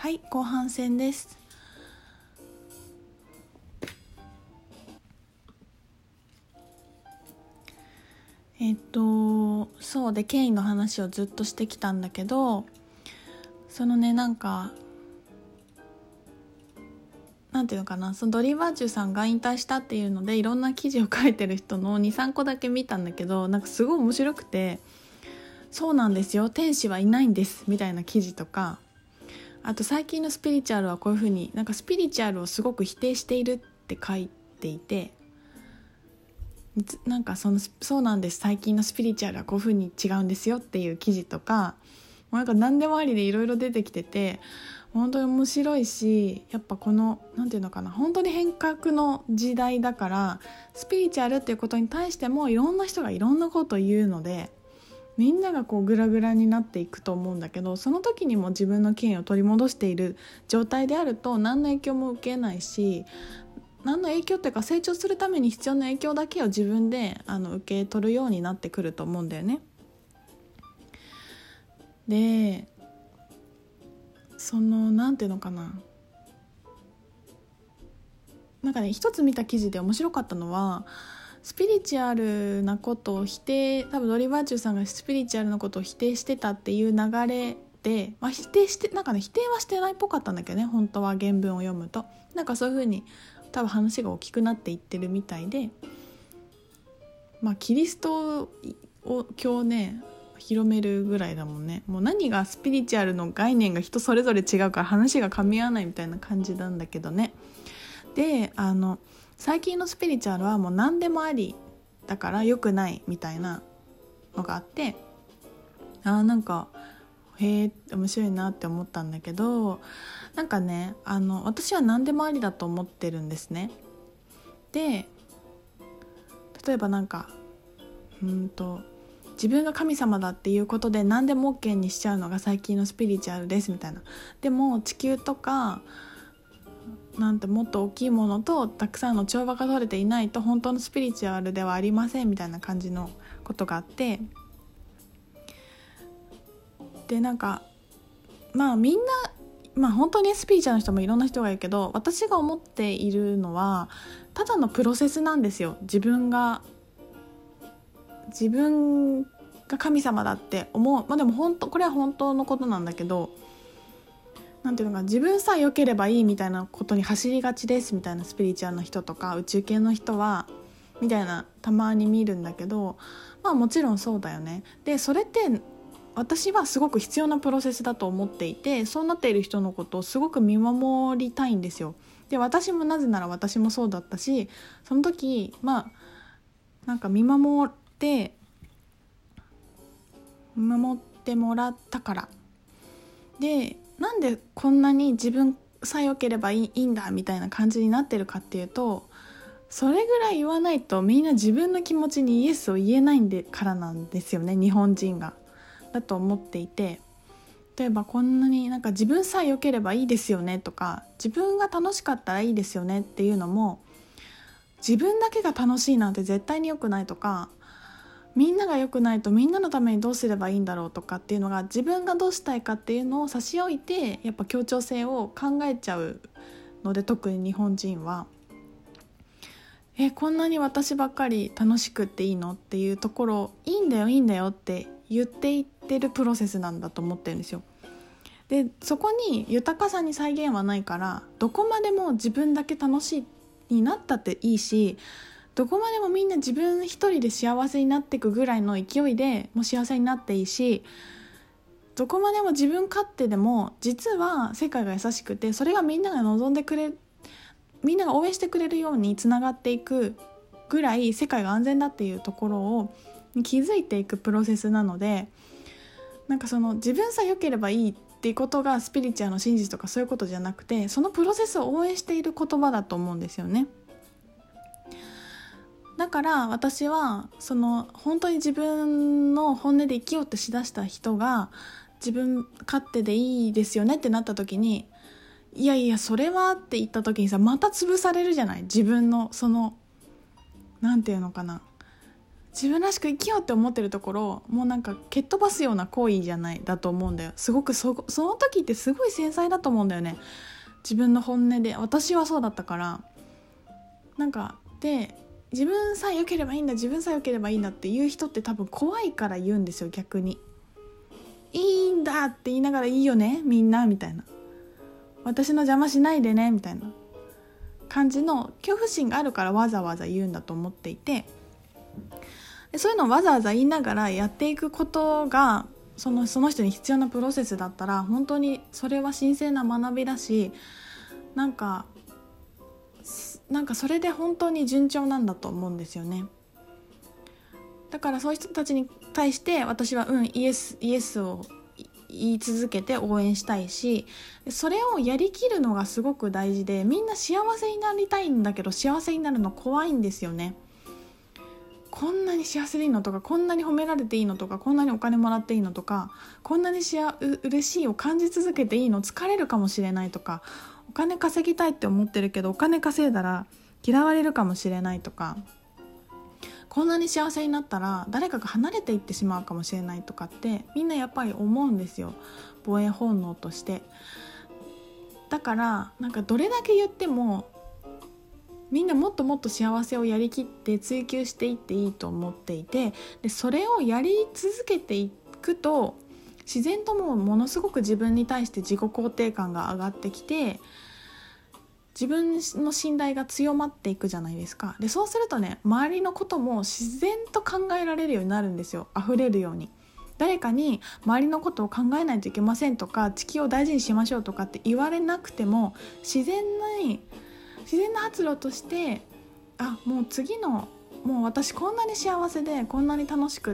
はい、後半戦です。そうで権威の話をずっとしてきたんだけど、そのね、なんていうのかな、そのドリーバーチューさんが引退したっていうのでいろんな記事を書いてる人の 2,3 個だけ見たんだけど、なんかすごい面白くて、そうなんですよ、天使はいないんですみたいな記事とか、あと最近のスピリチュアルはこういう風になんかスピリチュアルをすごく否定しているって書いていて、なんかそうなんです、最近のスピリチュアルはこういう風に違うんですよっていう記事とか、もうなんか何でもありでいろいろ出てきてて本当に面白いし、やっぱこのなんていうのかな、本当に変革の時代だから、スピリチュアルっていうことに対してもいろんな人がいろんなことを言うので、みんながこうグラグラになっていくと思うんだけど、その時にも自分の権威を取り戻している状態であると何の影響も受けないし、何の影響っていうか成長するために必要な影響だけを自分で受け取るようになってくると思うんだよね。で、なんていうのかな、なんかね、一つ見た記事で面白かったのは、スピリチュアルなことを否定、多分ドリバーチューさんがスピリチュアルなことを否定してたっていう流れで、否定はしてないっぽかったんだけどね、本当は原文を読むとなんかそういう風に多分話が大きくなっていってるみたいで、キリストを今日ね広めるぐらいだもんね。もう何がスピリチュアルの概念が人それぞれ違うから話が噛み合わないみたいな感じなんだけどね。で、最近のスピリチュアルはもう何でもありだから良くないみたいなのがあって、なんかへえ面白いなって思ったんだけど、なんかね、私は何でもありだと思ってるんですね。で、例えばなんか自分が神様だっていうことで何でも OK にしちゃうのが最近のスピリチュアルですみたいな。でも地球とかなんてもっと大きいものとたくさんの調和が取れていないと本当のスピリチュアルではありませんみたいな感じのことがあって、でなんかみんな本当にスピリチュアルの人もいろんな人がいるけど、私が思っているのはただのプロセスなんですよ。自分が神様だって思う、でもこれは本当のことなんだけど、なんていうのか、自分さえ良ければいいみたいなことに走りがちですみたいなスピリチュアルな人とか宇宙系の人はみたいなたまに見るんだけど、もちろんそうだよね。でそれって私はすごく必要なプロセスだと思っていて、そうなっている人のことをすごく見守りたいんですよ。で私もなぜなら私もそうだったし、その時なんか見守ってもらったから、でなんでこんなに自分さえ良ければいいんだみたいな感じになってるかっていうと、それぐらい言わないとみんな自分の気持ちにイエスを言えないからなんですよね、日本人がだと思っていて。例えばこんなになんか自分さえ良ければいいですよねとか、自分が楽しかったらいいですよねっていうのも、自分だけが楽しいなんて絶対に良くないとか、みんなが良くないとみんなのためにどうすればいいんだろうとかっていうのが、自分がどうしたいかっていうのを差し置いてやっぱ協調性を考えちゃうので、特に日本人はこんなに私ばっかり楽しくっていいのっていうところ、いいんだよいいんだよって言っていってるプロセスなんだと思ってるんですよ。でそこに豊かさに再現はないから、どこまでも自分だけ楽しいになったっていいし、どこまでもみんな自分一人で幸せになっていくぐらいの勢いでもう幸せになっていいし、どこまでも自分勝手でも実は世界が優しくて、それがみんなが望んでくれ、みんなが応援してくれるようにつながっていくぐらい世界が安全だっていうところを気づいていくプロセスなので、なんか自分さえ良ければいいっていうことがスピリチュアルの真実とかそういうことじゃなくて、そのプロセスを応援している言葉だと思うんですよね。だから私は本当に自分の本音で生きようってしだした人が自分勝手でいいですよねってなった時に、いやいやそれはって言った時にさ、また潰されるじゃない。自分のなんていうのかな、 自分らしく生きようって思ってるところもうなんか蹴っ飛ばすような行為じゃないだと思うんだよ。すごくその時ってすごい繊細だと思うんだよね。自分の本音で、私はそうだったから、なんかで自分さえ良ければいいんだ、自分さえ良ければいいんだっていう人って多分怖いから言うんですよ。逆にいいんだって言いながら、いいよねみんなみたいな、私の邪魔しないでねみたいな感じの恐怖心があるからわざわざ言うんだと思っていて、でそういうのをわざわざ言いながらやっていくことがその人に必要なプロセスだったら、本当にそれは神聖な学びだし、なんかそれで本当に順調なんだと思うんですよね。だからそういう人たちに対して私はイエスを言い続けて応援したいし、それをやりきるのがすごく大事で、みんな幸せになりたいんだけど幸せになるの怖いんですよね。こんなに幸せでいいのとか、こんなに褒められていいのとか、こんなにお金もらっていいのとか、こんなに嬉しいを感じ続けていいの、疲れるかもしれないとか、お金稼ぎたいって思ってるけどお金稼いだら嫌われるかもしれないとか、こんなに幸せになったら誰かが離れていってしまうかもしれないとかってみんなやっぱり思うんですよ、防衛本能として。だからなんかどれだけ言ってもみんなもっともっと幸せをやりきって追求していっていいと思っていて、でそれをやり続けていくと自然とものすごく自分に対して自己肯定感が上がってきて、自分の信頼が強まっていくじゃないですか。でそうするとね、周りのことも自然と考えられるようになるんですよ。溢れるように。誰かに周りのことを考えないといけませんとか、地球を大事にしましょうとかって言われなくても、自然な発露として、もう次の、もう私こんなに幸せでこんなに楽しくって、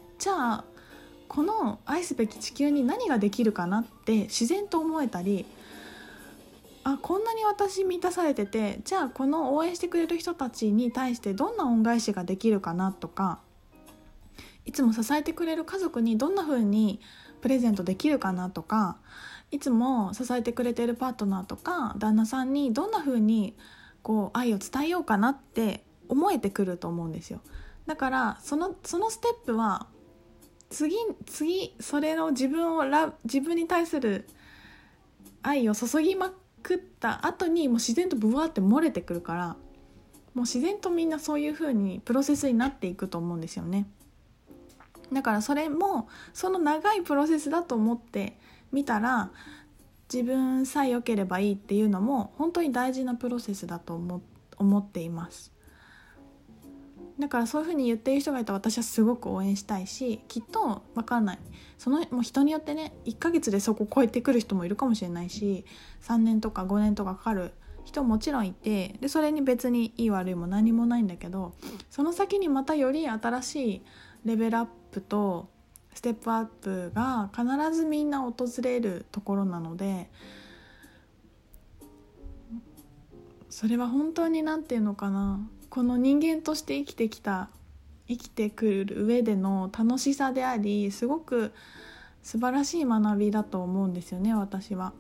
じゃあこの愛すべき地球に何ができるかなって自然と思えたり、こんなに私満たされてて、じゃあこの応援してくれる人たちに対してどんな恩返しができるかなとか、いつも支えてくれる家族にどんな風にプレゼントできるかなとか、いつも支えてくれているパートナーとか旦那さんにどんな風にこう愛を伝えようかなって思えてくると思うんですよ。だからそのステップは次それの自分に対する愛を注ぎまくった後にもう自然とブワーって漏れてくるから、もう自然とみんなそういう風にプロセスになっていくと思うんですよね。だからそれもその長いプロセスだと思ってみたら、自分さえ良ければいいっていうのも本当に大事なプロセスだと思っています。だからそういう風に言っている人がいたら私はすごく応援したいし、きっと分かんない、もう人によってね、1ヶ月でそこを超えてくる人もいるかもしれないし、3年とか5年とかかかる人ももちろんいて、でそれに別にいい悪いも何もないんだけど、その先にまたより新しいレベルアップとステップアップが必ずみんな訪れるところなので、それは本当になんていうのかな、この人間として生きてくる上での楽しさであり、すごく素晴らしい学びだと思うんですよね、私は。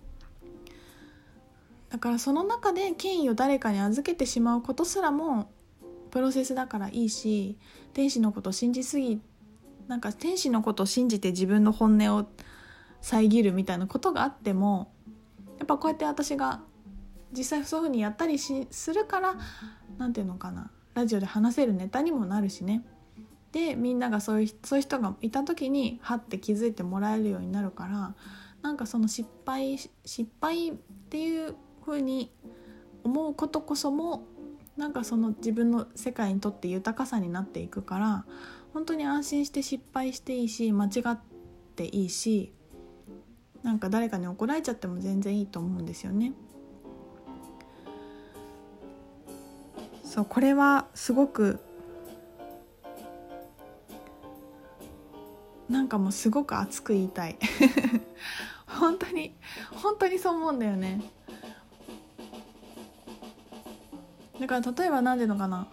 だからその中で権威を誰かに預けてしまうことすらもプロセスだからいいし、天使のことを信じすぎ、なんか天使のことを信じて自分の本音を遮るみたいなことがあっても、やっぱこうやって私が実際そういう風にやったりするから、なんていうのかな、ラジオで話せるネタにもなるしね。でみんながそういう人がいた時にはって気づいてもらえるようになるから、なんかその失敗っていう風に思うことこそも、なんかその自分の世界にとって豊かさになっていくから、本当に安心して失敗していいし、間違っていいし、なんか誰かに怒られちゃっても全然いいと思うんですよね。そう、これはすごくなんかもうすごく熱く言いたい本当にそう思うんだよね。だから例えば何ていうのかな、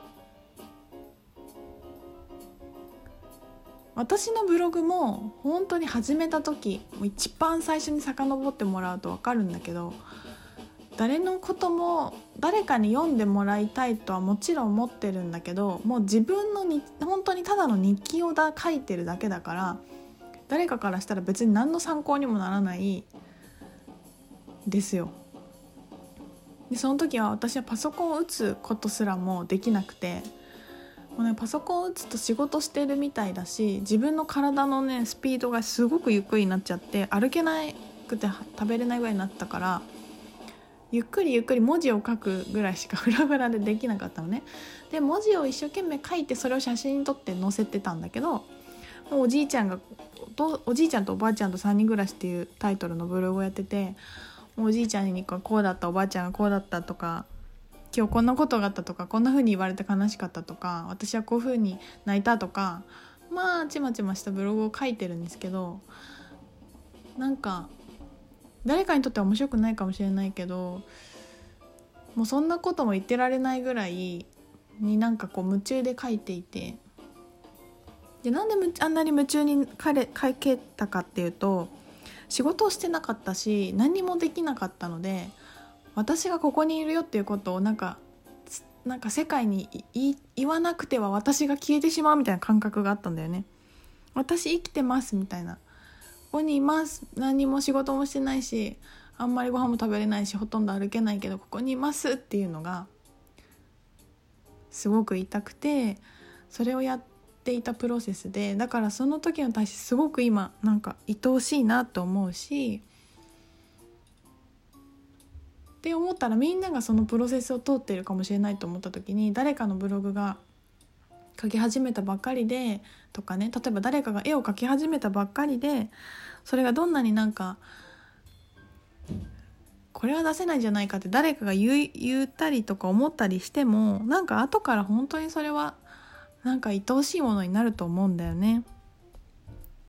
私のブログも本当に始めた時、もう一番最初に遡ってもらうと分かるんだけど、 誰のことも誰かに読んでもらいたいとはもちろん思ってるんだけど、もう自分の本当にただの日記を書いてるだけだから、誰かからしたら別に何の参考にもならないですよ。でその時は私はパソコンを打つことすらもできなくて、もうね、パソコンを打つと仕事してるみたいだし、自分の体のねスピードがすごくゆっくりになっちゃって、歩けなくて食べれないぐらいになったから、ゆっくり文字を書くぐらいしかフラフラでできなかったのね。で文字を一生懸命書いて、それを写真に撮って載せてたんだけど、もうおじいちゃんとおばあちゃんと3人暮らしっていうタイトルのブログをやってて、おじいちゃんにこうだった、おばあちゃんがこうだったとか、今日こんなことがあったとか、こんな風に言われて悲しかったとか、私はこういう風に泣いたとか、まあちまちましたブログを書いてるんですけど、なんか誰かにとっては面白くないかもしれないけど、もうそんなことも言ってられないぐらいになんかこう夢中で書いていて、でなんであんなに夢中に書けたかっていうと、仕事をしてなかったし何もできなかったので、私がここにいるよっていうことをなんか世界に言わなくては私が消えてしまうみたいな感覚があったんだよね。私生きてますみたいな、ここにいます、何も仕事もしてないし、あんまりご飯も食べれないし、ほとんど歩けないけどここにいますっていうのがすごく言いたくて、それをやっていたプロセスで、だからその時の私すごく今なんか愛おしいなと思うし、って思ったらみんながそのプロセスを通っているかもしれないと思った時に、誰かのブログが書き始めたばっかりでとかね、例えば誰かが絵を描き始めたばっかりで、それがどんなになんかこれは出せないんじゃないかって誰かが言ったりとか思ったりしても、なんか後から本当にそれはなんか愛おしいものになると思うんだよね。